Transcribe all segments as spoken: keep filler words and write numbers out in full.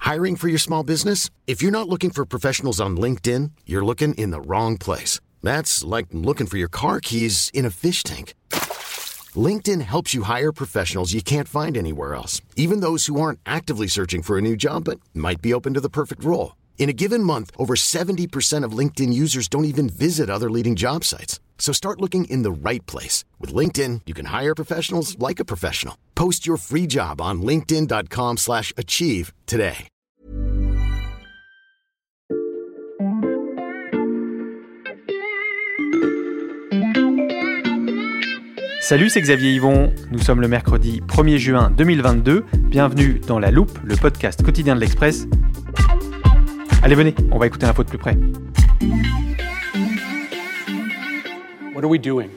Hiring for your small business? If you're not looking for professionals on LinkedIn, you're looking in the wrong place. That's like looking for your car keys in a fish tank. LinkedIn helps you hire professionals you can't find anywhere else, even those who aren't actively searching for a new job but might be open to the perfect role. In a given month, over seventy percent of LinkedIn users don't even visit other leading job sites. So start looking in the right place. With LinkedIn, you can hire professionals like a professional. Post your free job on linkedin.com slash achieve today. Salut, c'est Xavier Yvon. Nous sommes le mercredi premier juin deux mille vingt-deux. Bienvenue dans La Loupe, le podcast quotidien de l'Express. Allez, venez, on va écouter l'info de plus près. What are we doing?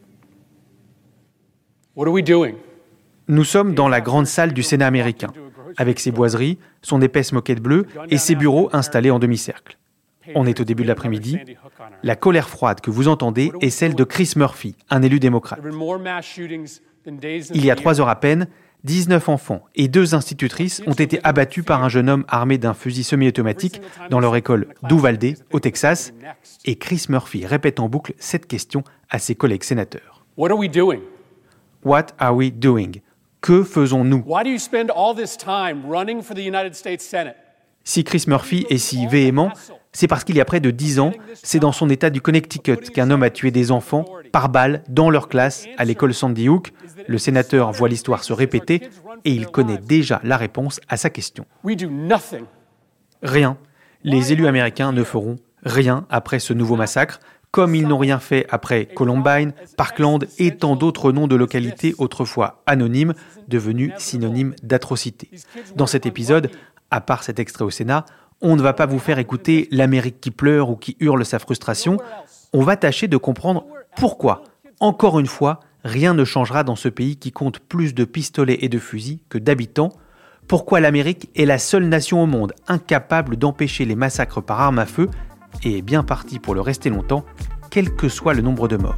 What are we doing? Nous sommes dans la grande salle du Sénat américain, avec ses boiseries, son épaisse moquette bleue et ses bureaux installés en demi-cercle. On est au début de l'après-midi. La colère froide que vous entendez est celle de Chris Murphy, un élu démocrate. Il y a trois heures à peine, dix-neuf enfants et deux institutrices ont été abattus par un jeune homme armé d'un fusil semi-automatique dans leur école d'Uvalde, au Texas. Et Chris Murphy répète en boucle cette question à ses collègues sénateurs. What are we doing? What are we doing? Que faisons-nous? Why do you spend all this time running for the United States Senate? Si Chris Murphy est si véhément, c'est parce qu'il y a près de dix ans, c'est dans son état du Connecticut qu'un homme a tué des enfants par balle dans leur classe à l'école Sandy Hook. Le sénateur voit l'histoire se répéter et il connaît déjà la réponse à sa question. Rien. Les élus américains ne feront rien après ce nouveau massacre, comme ils n'ont rien fait après Columbine, Parkland et tant d'autres noms de localités autrefois anonymes, devenus synonymes d'atrocité. Dans cet épisode, à part cet extrait au Sénat, on ne va pas vous faire écouter l'Amérique qui pleure ou qui hurle sa frustration. On va tâcher de comprendre pourquoi, encore une fois, rien ne changera dans ce pays qui compte plus de pistolets et de fusils que d'habitants. Pourquoi l'Amérique est la seule nation au monde incapable d'empêcher les massacres par arme à feu et est bien partie pour le rester longtemps, quel que soit le nombre de morts.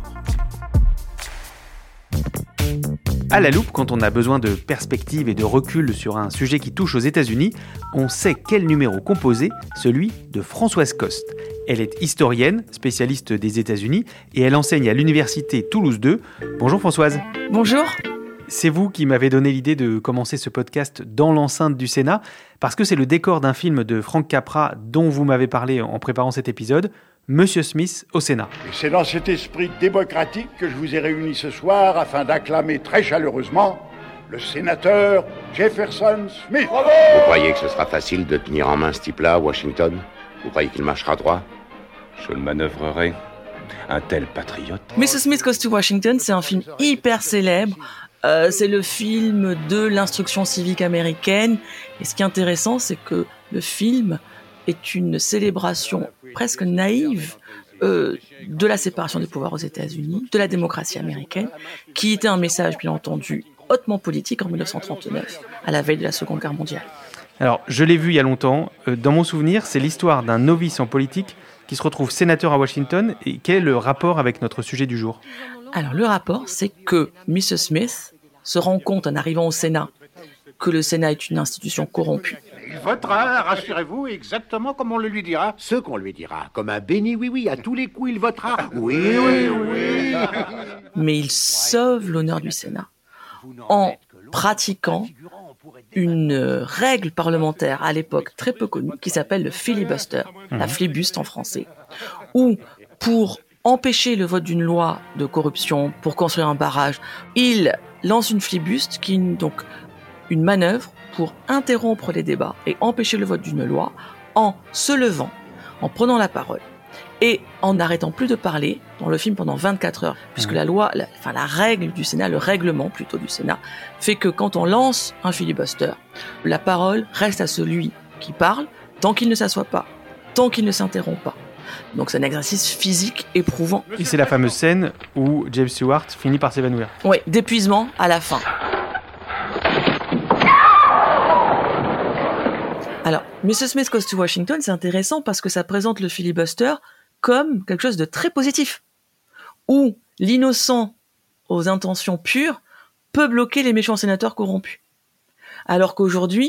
À la loupe, quand on a besoin de perspective et de recul sur un sujet qui touche aux États-Unis, on sait quel numéro composer, celui de Françoise Coste. Elle est historienne, spécialiste des États-Unis, et elle enseigne à l'université Toulouse deux. Bonjour Françoise. Bonjour. C'est vous qui m'avez donné l'idée de commencer ce podcast dans l'enceinte du Sénat, parce que c'est le décor d'un film de Frank Capra dont vous m'avez parlé en préparant cet épisode, Monsieur Smith au Sénat. Et c'est dans cet esprit démocratique que je vous ai réunis ce soir afin d'acclamer très chaleureusement le sénateur Jefferson Smith. Bravo! Vous croyez que ce sera facile de tenir en main ce type-là à Washington? Vous croyez qu'il marchera droit? Je le manœuvrerai. Un tel patriote. Monsieur Smith Goes to Washington, c'est un film hyper célèbre. Euh, c'est le film de l'instruction civique américaine. Et ce qui est intéressant, c'est que le film est une célébration presque naïve euh, de la séparation des pouvoirs aux États-Unis, de la démocratie américaine, qui était un message, bien entendu, hautement politique en dix-neuf cent trente-neuf, à la veille de la Seconde Guerre mondiale. Alors, je l'ai vu il y a longtemps. Dans mon souvenir, c'est l'histoire d'un novice en politique qui se retrouve sénateur à Washington. Et quel est le rapport avec notre sujet du jour? Alors, le rapport, c'est que monsieur Smith se rend compte, en arrivant au Sénat, que le Sénat est une institution corrompue. Il votera, rassurez-vous, exactement comme on le lui dira. Ce qu'on lui dira, comme un béni oui-oui, à tous les coups il votera. Oui, oui, oui. Mais il sauve l'honneur du Sénat en pratiquant une règle parlementaire à l'époque très peu connue qui s'appelle le filibuster, mmh. la flibuste en français, où pour empêcher le vote d'une loi de corruption, pour construire un barrage, il lance une flibuste qui est donc une manœuvre pour interrompre les débats et empêcher le vote d'une loi en se levant, en prenant la parole et en n'arrêtant plus de parler dans le film pendant vingt-quatre heures, puisque mmh. la loi, la, enfin la règle du Sénat, le règlement plutôt du Sénat, fait que quand on lance un filibuster, la parole reste à celui qui parle tant qu'il ne s'assoit pas, tant qu'il ne s'interrompt pas. Donc c'est un exercice physique éprouvant. Et c'est la fameuse scène où James Stewart finit par s'évanouir. Oui, d'épuisement à la fin. Alors, monsieur Smith Goes to Washington, c'est intéressant parce que ça présente le filibuster comme quelque chose de très positif, où l'innocent aux intentions pures peut bloquer les méchants sénateurs corrompus. Alors qu'aujourd'hui,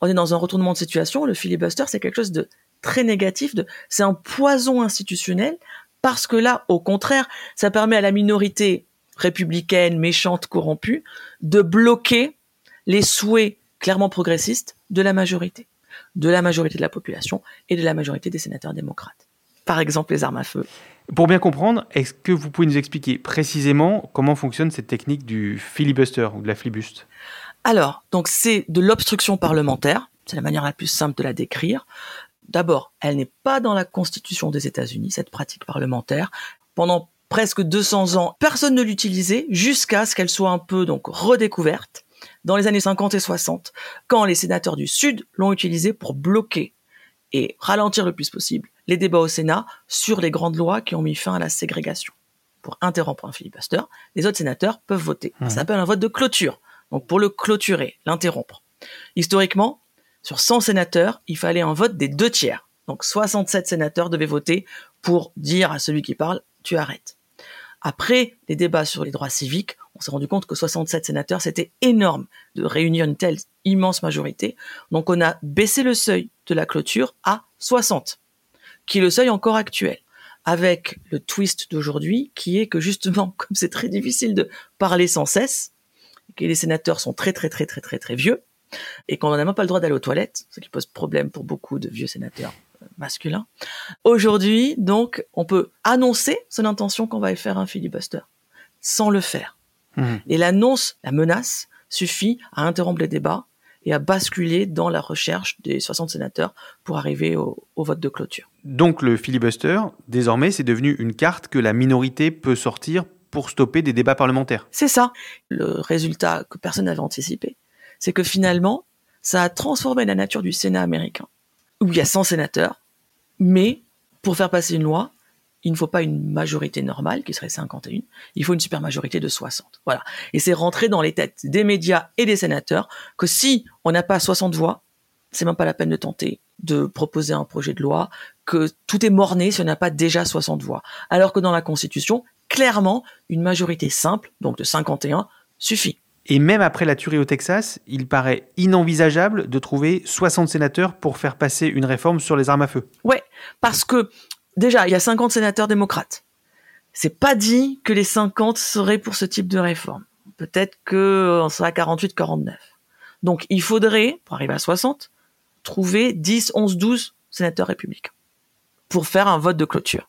on est dans un retournement de situation. Le filibuster, c'est quelque chose de très négatif, de, c'est un poison institutionnel, parce que là, au contraire, ça permet à la minorité républicaine, méchante, corrompue, de bloquer les souhaits clairement progressistes de la majorité, de la majorité de la population et de la majorité des sénateurs démocrates. Par exemple, les armes à feu. Pour bien comprendre, est-ce que vous pouvez nous expliquer précisément comment fonctionne cette technique du filibuster ou de la flibuste ? Alors, donc c'est de l'obstruction parlementaire, c'est la manière la plus simple de la décrire. D'abord, elle n'est pas dans la Constitution des États-Unis, cette pratique parlementaire. Pendant presque deux cents ans, personne ne l'utilisait jusqu'à ce qu'elle soit un peu donc redécouverte dans les années cinquante et soixante, quand les sénateurs du Sud l'ont utilisée pour bloquer et ralentir le plus possible les débats au Sénat sur les grandes lois qui ont mis fin à la ségrégation. Pour interrompre un filibuster, les autres sénateurs peuvent voter. Ça s'appelle un vote de clôture. Donc pour le clôturer, l'interrompre. Historiquement, sur cent sénateurs, il fallait un vote des deux tiers. Donc soixante-sept sénateurs devaient voter pour dire à celui qui parle « tu arrêtes ». Après les débats sur les droits civiques, on s'est rendu compte que soixante-sept sénateurs, c'était énorme de réunir une telle immense majorité. Donc on a baissé le seuil de la clôture à soixante, qui est le seuil encore actuel. Avec le twist d'aujourd'hui, qui est que justement, comme c'est très difficile de parler sans cesse, et que les sénateurs sont très très très très très très vieux, et qu'on n'a même pas le droit d'aller aux toilettes, ce qui pose problème pour beaucoup de vieux sénateurs masculins. Aujourd'hui, donc, on peut annoncer son intention qu'on va faire un filibuster, sans le faire. Mmh. Et l'annonce, la menace, suffit à interrompre les débats et à basculer dans la recherche des soixante sénateurs pour arriver au, au vote de clôture. Donc le filibuster, désormais, c'est devenu une carte que la minorité peut sortir pour stopper des débats parlementaires. C'est ça. Le résultat que personne n'avait anticipé, c'est que finalement, ça a transformé la nature du Sénat américain, où il y a cent sénateurs, mais pour faire passer une loi, il ne faut pas une majorité normale, qui serait cinquante et un, il faut une supermajorité de soixante. Voilà. Et c'est rentré dans les têtes des médias et des sénateurs que si on n'a pas soixante voix, c'est même pas la peine de tenter de proposer un projet de loi, que tout est mort-né si on n'a pas déjà soixante voix. Alors que dans la Constitution, clairement, une majorité simple, donc de cinquante et un, suffit. Et même après la tuerie au Texas, il paraît inenvisageable de trouver soixante sénateurs pour faire passer une réforme sur les armes à feu. Ouais, parce que déjà, il y a cinquante sénateurs démocrates. C'est pas dit que les cinquante seraient pour ce type de réforme. Peut-être qu'on serait à quarante-huit, quarante-neuf. Donc, il faudrait, pour arriver à soixante, trouver dix, onze, douze sénateurs républicains pour faire un vote de clôture.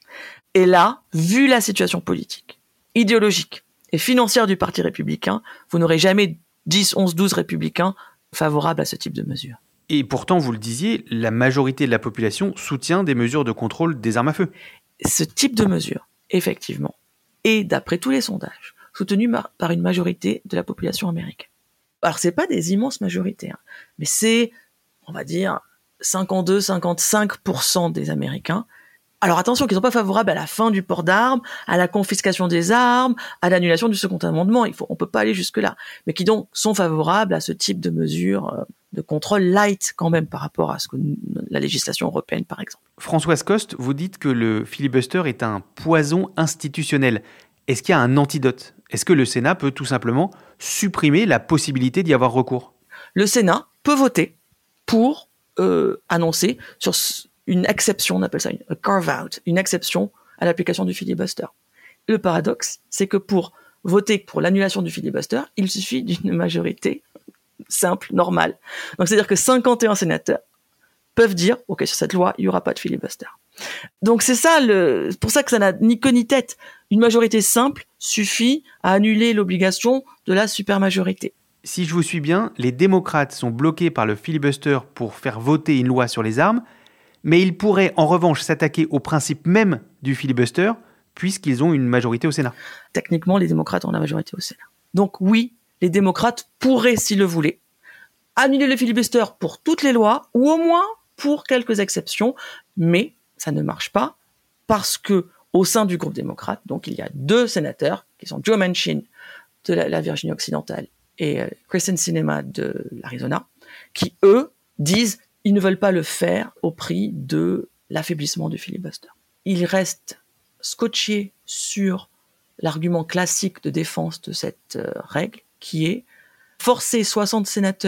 Et là, vu la situation politique, idéologique et financière du Parti républicain, vous n'aurez jamais dix, onze, douze républicains favorables à ce type de mesures. Et pourtant, vous le disiez, la majorité de la population soutient des mesures de contrôle des armes à feu. Ce type de mesure, effectivement, est, d'après tous les sondages, soutenu par une majorité de la population américaine. Alors, c'est pas des immenses majorités, hein, mais c'est, on va dire, cinquante-deux à cinquante-cinq pour cent des Américains. Alors attention, qu'ils ne sont pas favorables à la fin du port d'armes, à la confiscation des armes, à l'annulation du Second Amendement. Il faut, on peut pas aller jusque-là. Mais qui donc sont favorables à ce type de mesures de contrôle light quand même par rapport à ce que la législation européenne, par exemple. Françoise Coste, vous dites que le filibuster est un poison institutionnel. Est-ce qu'il y a un antidote ? Est-ce que le Sénat peut tout simplement supprimer la possibilité d'y avoir recours ? Le Sénat peut voter pour euh, annoncer sur une exception, on appelle ça une carve-out, une exception à l'application du filibuster. Le paradoxe, c'est que pour voter pour l'annulation du filibuster, il suffit d'une majorité simple, normale. Donc c'est-à-dire que cinquante et un sénateurs peuvent dire « Ok, sur cette loi, il n'y aura pas de filibuster ». Donc c'est ça, le, c'est pour ça que ça n'a ni queue ni tête. Une majorité simple suffit à annuler l'obligation de la supermajorité. Si je vous suis bien, les démocrates sont bloqués par le filibuster pour faire voter une loi sur les armes, mais ils pourraient en revanche s'attaquer au principe même du filibuster, puisqu'ils ont une majorité au Sénat. Techniquement, les démocrates ont la majorité au Sénat. Donc oui, les démocrates pourraient, s'ils le voulaient, annuler le filibuster pour toutes les lois, ou au moins pour quelques exceptions, mais ça ne marche pas, parce que au sein du groupe démocrate, donc il y a deux sénateurs, qui sont Joe Manchin de la, la Virginie occidentale et euh, Kristen Sinema de l'Arizona, qui, eux, disent ils ne veulent pas le faire au prix de l'affaiblissement du filibuster. Ils restent scotchés sur l'argument classique de défense de cette euh, règle, qui est forcer soixante sénateurs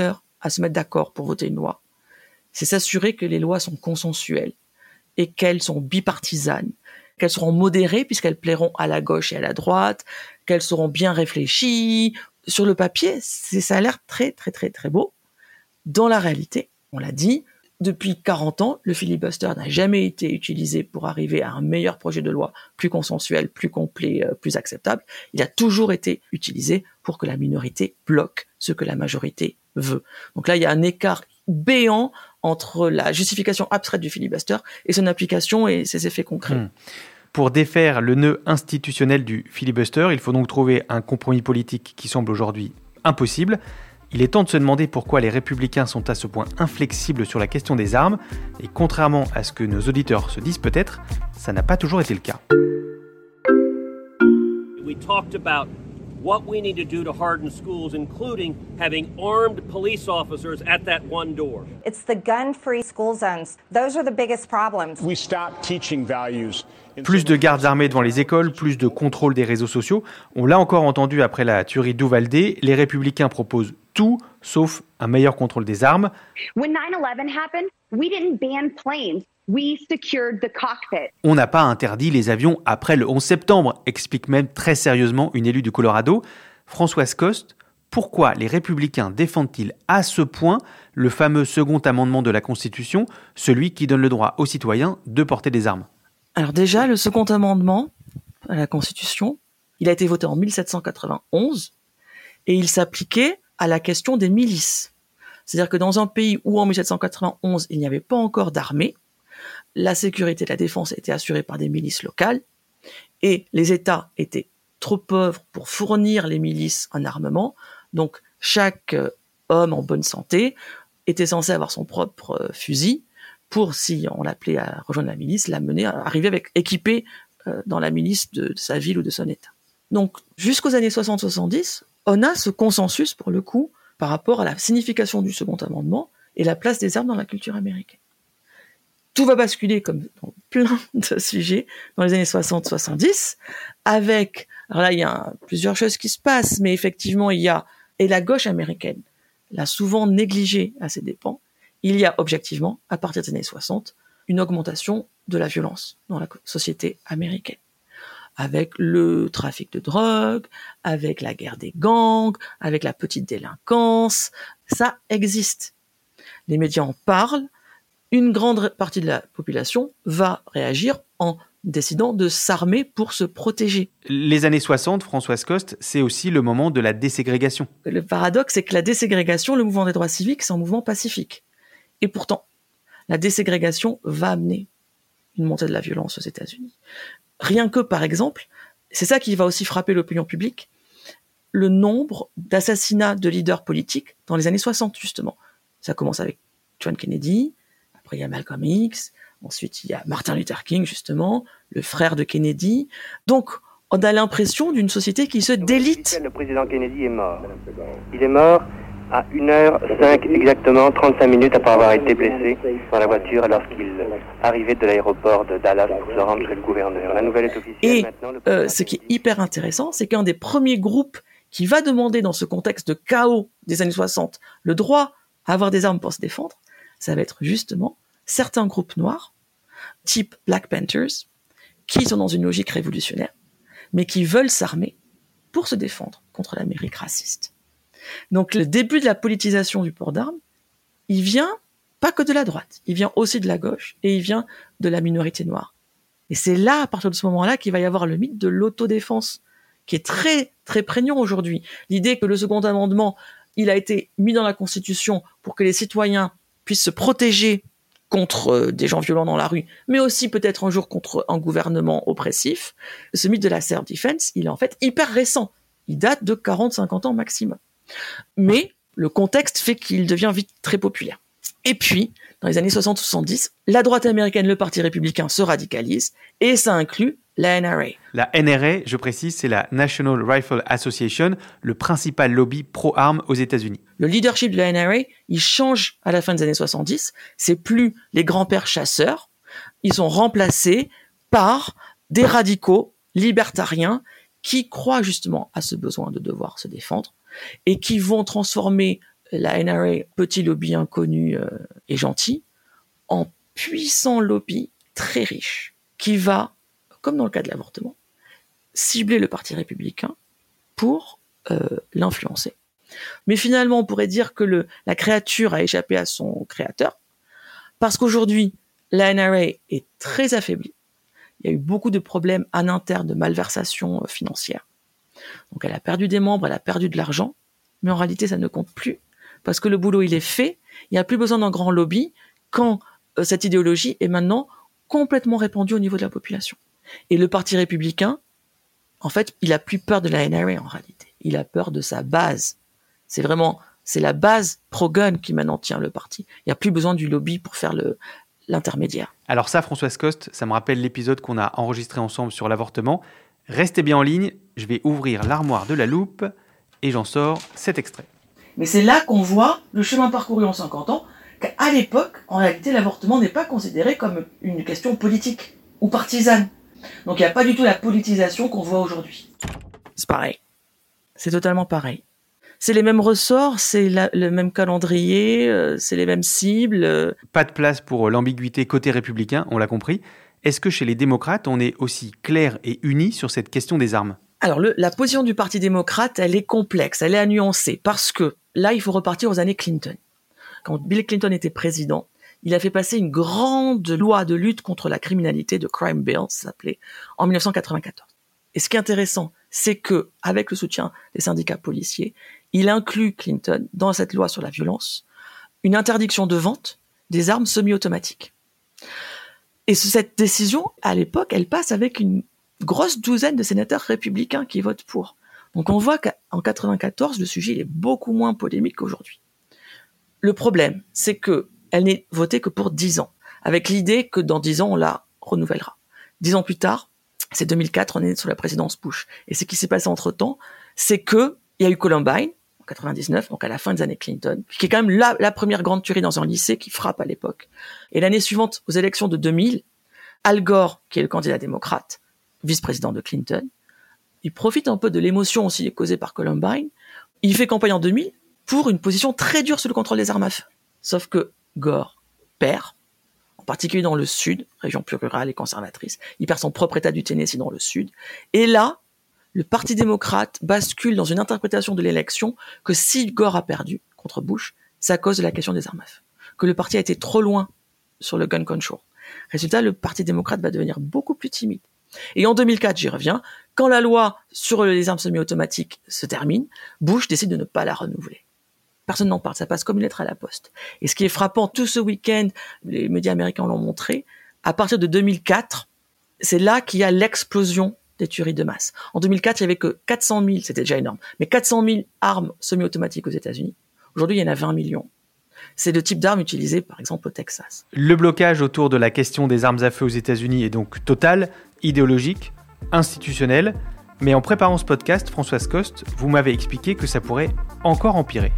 à se mettre d'accord pour voter une loi, c'est s'assurer que les lois sont consensuelles et qu'elles sont bipartisanes, qu'elles seront modérées puisqu'elles plairont à la gauche et à la droite, qu'elles seront bien réfléchies. Sur le papier, c'est, ça a l'air très, très, très, très beau. Dans la réalité, on l'a dit, depuis quarante ans, le filibuster n'a jamais été utilisé pour arriver à un meilleur projet de loi, plus consensuel, plus complet, euh, plus acceptable. Il a toujours été utilisé pour que la minorité bloque ce que la majorité veut. Donc là, il y a un écart béant entre la justification abstraite du filibuster et son application et ses effets concrets. Mmh. Pour défaire le nœud institutionnel du filibuster, il faut donc trouver un compromis politique qui semble aujourd'hui impossible. Il est temps de se demander pourquoi les républicains sont à ce point inflexibles sur la question des armes, et contrairement à ce que nos auditeurs se disent peut-être, ça n'a pas toujours été le cas. We talked about what we need to do to harden schools, including having armed police officers at that one door. It's the gun-free school zones. Those are the biggest problems. We stopped teaching values. Plus de gardes armés devant les écoles, plus de contrôle des réseaux sociaux. On l'a encore entendu après la tuerie d'Uvalde, les républicains proposent tout sauf un meilleur contrôle des armes. When nine eleven happened, we didn't ban planes. We secured the cockpit. On n'a pas interdit les avions après le onze septembre, explique même très sérieusement une élue du Colorado. Françoise Coste, pourquoi les républicains défendent-ils à ce point le fameux second amendement de la Constitution, celui qui donne le droit aux citoyens de porter des armes ? Alors déjà, le second amendement à la Constitution, il a été voté en dix-sept cent quatre-vingt-onze et il s'appliquait à la question des milices. C'est-à-dire que dans un pays où en dix-sept cent quatre-vingt-onze, il n'y avait pas encore d'armée, la sécurité et la défense étaient assurées par des milices locales et les États étaient trop pauvres pour fournir les milices en armement. Donc chaque homme en bonne santé était censé avoir son propre fusil pour, si on l'appelait à rejoindre la milice, l'amener à arriver avec, équipé euh, dans la milice de, de sa ville ou de son État. Donc, jusqu'aux années soixante soixante-dix, on a ce consensus, pour le coup, par rapport à la signification du second amendement et la place des armes dans la culture américaine. Tout va basculer, comme dans plein de sujets, dans les années soixante soixante-dix, avec, alors là, il y a plusieurs choses qui se passent, mais effectivement, il y a, et la gauche américaine l'a souvent négligé à ses dépens, il y a objectivement, à partir des années soixante, une augmentation de la violence dans la société américaine. Avec le trafic de drogue, avec la guerre des gangs, avec la petite délinquance, ça existe. Les médias en parlent, une grande partie de la population va réagir en décidant de s'armer pour se protéger. Les années soixante, Françoise Coste, c'est aussi le moment de la déségrégation. Le paradoxe, c'est que la déségrégation, le mouvement des droits civiques, c'est un mouvement pacifique. Et pourtant, la déségrégation va amener une montée de la violence aux États-Unis. Rien que, par exemple, c'est ça qui va aussi frapper l'opinion publique, le nombre d'assassinats de leaders politiques dans les années soixante, justement. Ça commence avec John Kennedy, après il y a Malcolm X, ensuite il y a Martin Luther King, justement, le frère de Kennedy. Donc, on a l'impression d'une société qui se délite. Le président Kennedy est mort. Il est mort à une heure cinq exactement, trente-cinq minutes après avoir été blessé dans la voiture lorsqu'il arrivait de l'aéroport de Dallas pour se rendre chez le gouverneur. La nouvelle est officielle. Et maintenant, le euh, ce qui est hyper intéressant, c'est qu'un des premiers groupes qui va demander dans ce contexte de chaos des années soixante le droit à avoir des armes pour se défendre, ça va être justement certains groupes noirs, type Black Panthers, qui sont dans une logique révolutionnaire, mais qui veulent s'armer pour se défendre contre l'Amérique raciste. Donc le début de la politisation du port d'armes, il vient pas que de la droite, il vient aussi de la gauche et il vient de la minorité noire. Et c'est là, à partir de ce moment-là, qu'il va y avoir le mythe de l'autodéfense, qui est très, très prégnant aujourd'hui. L'idée que le second amendement, il a été mis dans la Constitution pour que les citoyens puissent se protéger contre des gens violents dans la rue, mais aussi peut-être un jour contre un gouvernement oppressif. Ce mythe de la self-defense, il est en fait hyper récent. Il date de quarante à cinquante ans maximum. Mais le contexte fait qu'il devient vite très populaire. Et puis, dans les années soixante soixante-dix, la droite américaine, le Parti républicain, se radicalise, et ça inclut la N R A. La N R A, je précise, c'est la National Rifle Association, le principal lobby pro-armes aux États-Unis. Le leadership de la N R A, il change à la fin des années soixante-dix. C'est plus les grands-pères chasseurs. Ils sont remplacés par des radicaux libertariens qui croient justement à ce besoin de devoir se défendre et qui vont transformer la N R A, petit lobby inconnu euh, et gentil, en puissant lobby très riche, qui va, comme dans le cas de l'avortement, cibler le Parti républicain pour euh, l'influencer. Mais finalement, on pourrait dire que le, la créature a échappé à son créateur, parce qu'aujourd'hui, la N R A est très affaiblie. Il y a eu beaucoup de problèmes en interne de malversation financière. Donc elle a perdu des membres, elle a perdu de l'argent, mais en réalité, ça ne compte plus, parce que le boulot, il est fait, il n'y a plus besoin d'un grand lobby quand euh, cette idéologie est maintenant complètement répandue au niveau de la population. Et le Parti républicain, en fait, il a plus peur de la N R A en réalité. Il a peur de sa base. C'est vraiment, c'est la base pro-gun qui maintenant tient le parti. Il n'y a plus besoin du lobby pour faire le, l'intermédiaire. Alors ça, Françoise Coste, ça me rappelle l'épisode qu'on a enregistré ensemble sur l'avortement. Restez bien en ligne, je vais ouvrir l'armoire de la loupe et j'en sors cet extrait. Mais c'est là qu'on voit le chemin parcouru en cinquante ans, qu'à l'époque, en réalité, l'avortement n'est pas considéré comme une question politique ou partisane. Donc il n'y a pas du tout la politisation qu'on voit aujourd'hui. C'est pareil. C'est totalement pareil. C'est les mêmes ressorts, c'est la, le même calendrier, euh, c'est les mêmes cibles. Euh. Pas de place pour l'ambiguïté côté républicain, on l'a compris. Est-ce que chez les démocrates, on est aussi clair et uni sur cette question des armes ? Alors, le, la position du Parti démocrate, elle est complexe, elle est à nuancer, parce que là, il faut repartir aux années Clinton. Quand Bill Clinton était président, il a fait passer une grande loi de lutte contre la criminalité, de Crime Bill, ça s'appelait, en dix-neuf cent quatre-vingt-quatorze. Et ce qui est intéressant, c'est que, avec le soutien des syndicats policiers, il inclut Clinton dans cette loi sur la violence une interdiction de vente des armes semi-automatiques. Et cette décision, à l'époque, elle passe avec une grosse douzaine de sénateurs républicains qui votent pour. Donc on voit qu'en quatre-vingt-quatorze, le sujet est beaucoup moins polémique qu'aujourd'hui. Le problème, c'est que elle n'est votée que pour dix ans, avec l'idée que dans dix ans, on la renouvellera. Dix ans plus tard, c'est deux mille quatre, on est sous la présidence Bush. Et ce qui s'est passé entre-temps, c'est que il y a eu Columbine, en quatre-vingt-dix-neuf, donc à la fin des années Clinton, qui est quand même la, la première grande tuerie dans un lycée qui frappe à l'époque. Et l'année suivante, aux élections de deux mille, Al Gore, qui est le candidat démocrate, vice-président de Clinton, il profite un peu de l'émotion aussi causée par Columbine. Il fait campagne en deux mille pour une position très dure sur le contrôle des armes à feu. Sauf que Gore perd, en particulier dans le sud, région plus rurale et conservatrice. Il perd son propre état du Tennessee dans le sud. Et là, le Parti démocrate bascule dans une interprétation de l'élection que si Gore a perdu contre Bush, c'est à cause de la question des armes à feu. Que le parti a été trop loin sur le gun control. Résultat, le Parti démocrate va devenir beaucoup plus timide. Et en deux mille quatre, j'y reviens, quand la loi sur les armes semi-automatiques se termine, Bush décide de ne pas la renouveler. Personne n'en parle, ça passe comme une lettre à la poste. Et ce qui est frappant, tout ce week-end, les médias américains l'ont montré, à partir de deux mille quatre, c'est là qu'il y a l'explosion des tueries de masse. En deux mille quatre, il y avait que quatre cent mille, c'était déjà énorme, mais quatre cent mille armes semi-automatiques aux États-Unis. Aujourd'hui, il y en a vingt millions. C'est le type d'armes utilisées, par exemple, au Texas. Le blocage autour de la question des armes à feu aux États-Unis est donc total, idéologique, institutionnel. Mais en préparant ce podcast, Françoise Coste, vous m'avez expliqué que ça pourrait encore empirer.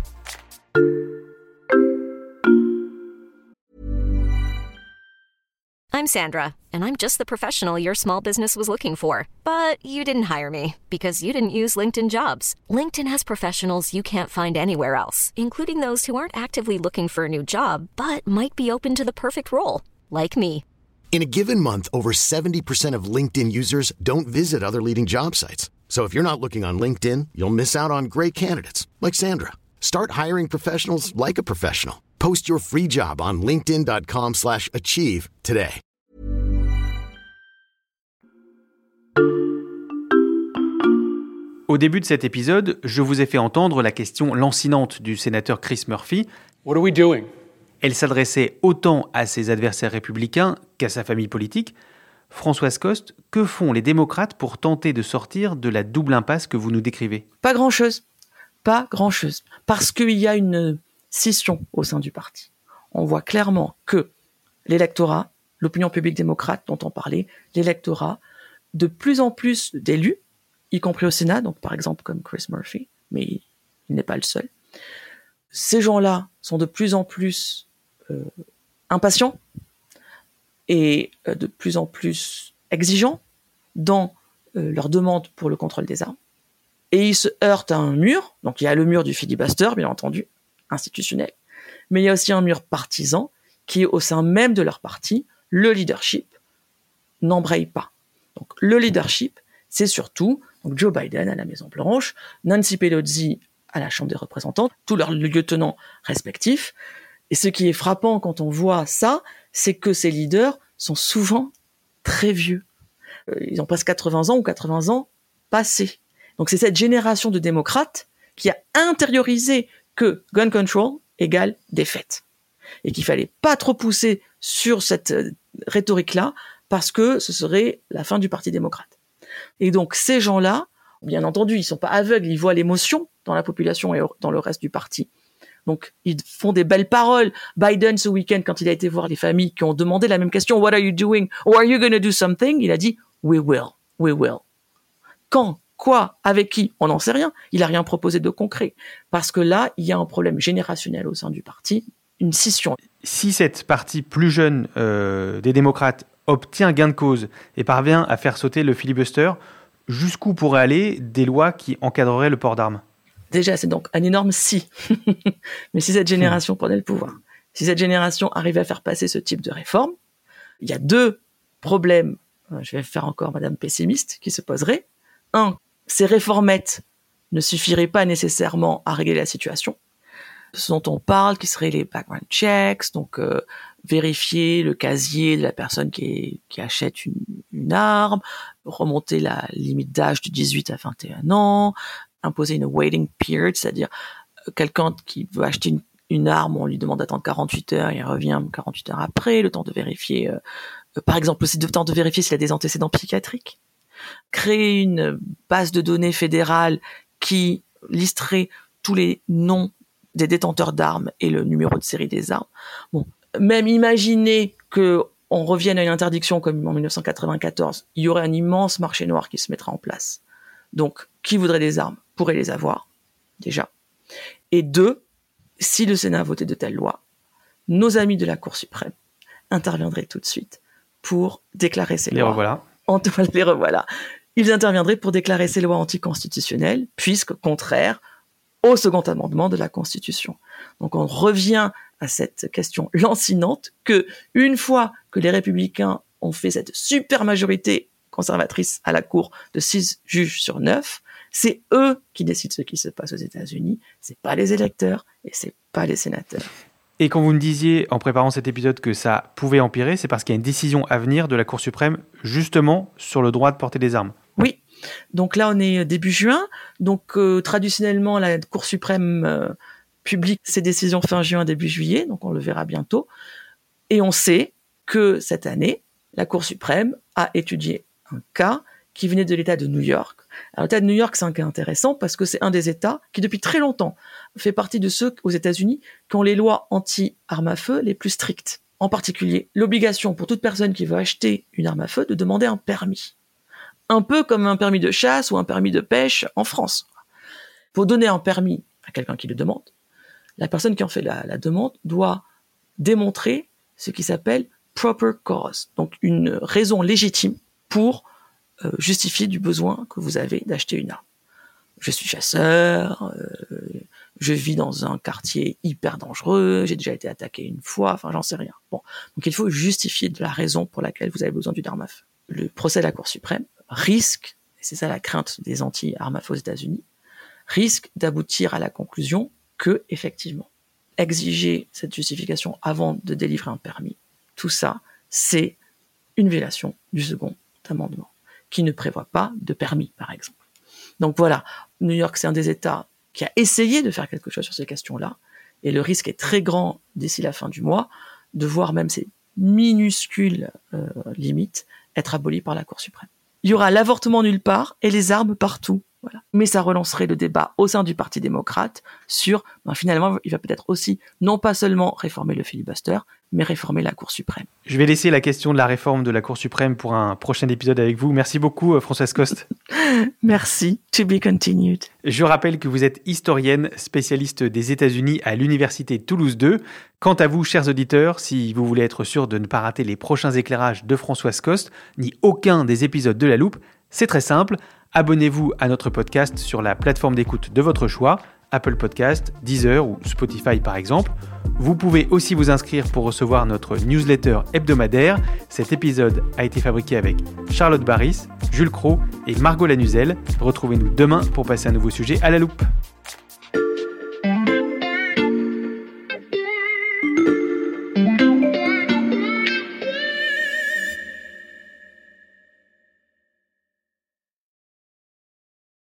I'm Sandra, and I'm just the professional your small business was looking for. But you didn't hire me because you didn't use LinkedIn Jobs. LinkedIn has professionals you can't find anywhere else, including those who aren't actively looking for a new job, but might be open to the perfect role, like me. In a given month, over seventy percent of LinkedIn users don't visit other leading job sites. So if you're not looking on LinkedIn, you'll miss out on great candidates like Sandra. Start hiring professionals like a professional. Post your free job on linkedin.com slash achieve today. Au début de cet épisode, je vous ai fait entendre la question lancinante du sénateur Chris Murphy. What are we doing? Elle s'adressait autant à ses adversaires républicains qu'à sa famille politique. Françoise Coste, que font les démocrates pour tenter de sortir de la double impasse que vous nous décrivez ? Pas grand-chose. Pas grand-chose. Parce qu'il y a une scission au sein du parti. On voit clairement que l'électorat, l'opinion publique démocrate dont on parlait, l'électorat, de plus en plus d'élus, y compris au Sénat, donc par exemple comme Chris Murphy, mais il, il n'est pas le seul. Ces gens-là sont de plus en plus euh, impatients et euh, de plus en plus exigeants dans euh, leur demande pour le contrôle des armes. Et ils se heurtent à un mur, donc il y a le mur du filibuster, bien entendu, institutionnel, mais il y a aussi un mur partisan qui est au sein même de leur parti. Le leadership n'embraye pas. Donc le leadership, c'est surtout donc Joe Biden à la Maison-Blanche, Nancy Pelosi à la Chambre des représentants, tous leurs lieutenants respectifs. Et ce qui est frappant quand on voit ça, c'est que ces leaders sont souvent très vieux. Ils ont presque quatre-vingts ans ou quatre-vingts ans passés. Donc c'est cette génération de démocrates qui a intériorisé que gun control égale défaite. Et qu'il fallait pas trop pousser sur cette rhétorique-là parce que ce serait la fin du Parti démocrate. Et donc ces gens-là, bien entendu, ils sont pas aveugles, ils voient l'émotion dans la population et dans le reste du parti. Donc ils font des belles paroles. Biden ce week-end, quand il a été voir les familles qui ont demandé la même question, what are you doing? Or are you going to do something? Il a dit, we will, we will. Quand? Quoi? Avec qui? On n'en sait rien. Il a rien proposé de concret. Parce que là, il y a un problème générationnel au sein du parti, une scission. Si cette partie plus jeune euh, des démocrates obtient gain de cause et parvient à faire sauter le filibuster, jusqu'où pourraient aller des lois qui encadreraient le port d'armes? Déjà, c'est donc un énorme si. Mais si cette génération prenait le pouvoir, si cette génération arrivait à faire passer ce type de réforme, il y a deux problèmes, je vais faire encore madame pessimiste, qui se poseraient. Un, ces réformettes ne suffiraient pas nécessairement à régler la situation. Ce dont on parle, qui seraient les background checks, donc euh, vérifier le casier de la personne qui, est, qui achète une, une arme, remonter la limite d'âge de dix-huit à vingt et un ans, imposer une waiting period, c'est-à-dire euh, quelqu'un qui veut acheter une, une arme, on lui demande d'attendre quarante-huit heures, il revient quarante-huit heures après, le temps de vérifier, euh, euh, par exemple aussi le temps de vérifier s'il a des antécédents psychiatriques. Créer une base de données fédérale qui listerait tous les noms des détenteurs d'armes et le numéro de série des armes. Bon, même imaginer que on revienne à une interdiction comme en dix-neuf cent quatre-vingt-quatorze, il y aurait un immense marché noir qui se mettrait en place. Donc, qui voudrait des armes pourrait les avoir, déjà. Et deux, si le Sénat votait de telles lois, nos amis de la Cour suprême interviendraient tout de suite pour déclarer ces les lois. Revoilà. En, les revoilà. Ils interviendraient pour déclarer ces lois anticonstitutionnelles, puisque contraires au second amendement de la Constitution. Donc on revient à cette question lancinante que, une fois que les républicains ont fait cette super majorité conservatrice à la Cour de six juges sur neuf, c'est eux qui décident ce qui se passe aux États-Unis, c'est pas les électeurs et c'est pas les sénateurs. Et quand vous me disiez, en préparant cet épisode, que ça pouvait empirer, c'est parce qu'il y a une décision à venir de la Cour suprême, justement, sur le droit de porter des armes. Oui. Donc là, on est début juin. Donc, euh, traditionnellement, la Cour suprême euh, publie ses décisions fin juin, début juillet. Donc, on le verra bientôt. Et on sait que cette année, la Cour suprême a étudié un cas qui venait de l'État de New York. Alors, l'État de New York, c'est un cas intéressant parce que c'est un des États qui, depuis très longtemps, fait partie de ceux aux États-Unis qui ont les lois anti-armes à feu les plus strictes. En particulier, l'obligation pour toute personne qui veut acheter une arme à feu de demander un permis. Un peu comme un permis de chasse ou un permis de pêche en France. Pour donner un permis à quelqu'un qui le demande, la personne qui en fait la, la demande doit démontrer ce qui s'appelle proper cause, donc une raison légitime pour euh, justifier du besoin que vous avez d'acheter une arme. Je suis chasseur, euh, je vis dans un quartier hyper dangereux, j'ai déjà été attaqué une fois, enfin j'en sais rien. Bon, donc il faut justifier de la raison pour laquelle vous avez besoin d'une arme à feu. Le procès de la Cour suprême risque, et c'est ça la crainte des anti-armes à feu aux États-Unis, risque d'aboutir à la conclusion que, effectivement, exiger cette justification avant de délivrer un permis, tout ça, c'est une violation du second amendement, qui ne prévoit pas de permis, par exemple. Donc voilà, New York, c'est un des États qui a essayé de faire quelque chose sur ces questions-là, et le risque est très grand d'ici la fin du mois de voir même ces minuscules euh, limites être abolies par la Cour suprême. Il y aura l'avortement nulle part et les armes partout. Voilà. Mais ça relancerait le débat au sein du Parti démocrate sur, ben finalement, il va peut-être aussi, non pas seulement réformer le filibuster, mais réformer la Cour suprême. Je vais laisser la question de la réforme de la Cour suprême pour un prochain épisode avec vous. Merci beaucoup, Françoise Coste. Merci. To be continued. Je rappelle que vous êtes historienne, spécialiste des États-Unis à l'Université Toulouse deux. Quant à vous, chers auditeurs, si vous voulez être sûr de ne pas rater les prochains éclairages de Françoise Coste, ni aucun des épisodes de La Loupe, c'est très simple. Abonnez-vous à notre podcast sur la plateforme d'écoute de votre choix, Apple Podcast, Deezer ou Spotify par exemple. Vous pouvez aussi vous inscrire pour recevoir notre newsletter hebdomadaire. Cet épisode a été fabriqué avec Charlotte Baris, Jules Cros et Margot Lanuzel. Retrouvez-nous demain pour passer un nouveau sujet à la loupe.